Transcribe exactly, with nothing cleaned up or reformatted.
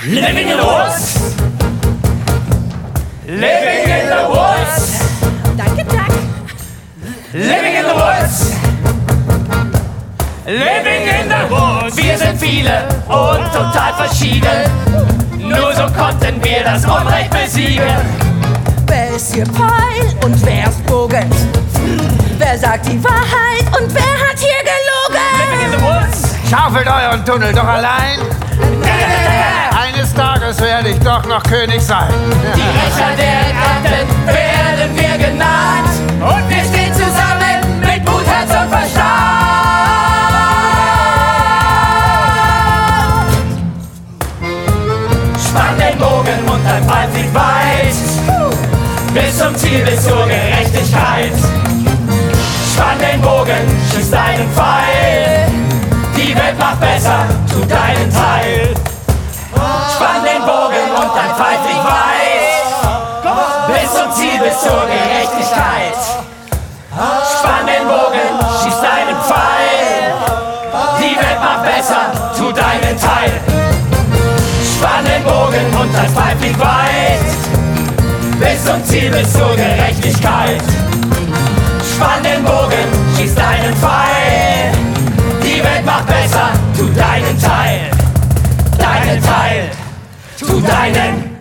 Living in the woods. Living in the woods. Danke, Jack. Living in the woods. Living in the woods. Wir sind viele und total verschieden. Nur so konnten wir das Unrecht besiegen. Wer ist hier Pfeil und wer ist Bogen? Wer sagt die Wahrheit und wer hat hier gelogen? Living in the woods. Schaufelt euren Tunnel doch allein. Eines Tages werde ich doch noch König sein. Die Rächer der Erkrankten werden wir genannt. Und wir stehen zusammen mit Mut, Herz und Verstand. Spann den Bogen und dein Pfeil fliegt weit. Bis zum Ziel, bis zur Gerechtigkeit. Spann den Bogen, schieß deinen Pfeil. Die Welt macht besser, tu deinen Teil. Spann den Bogen und dein Pfeil fliegt weit. Bis zum Ziel, bis zur Gerechtigkeit. Spann den Bogen, schieß deinen Pfeil. Die Welt macht besser, tu deinen Teil. Spann den Bogen und dein Pfeil fliegt weit. Bis zum Ziel, bis zur Gerechtigkeit. Spann den Bogen, schieß deinen Pfeil. Die Welt macht besser, tu deinen Teil. Deinen Teil, tu deinen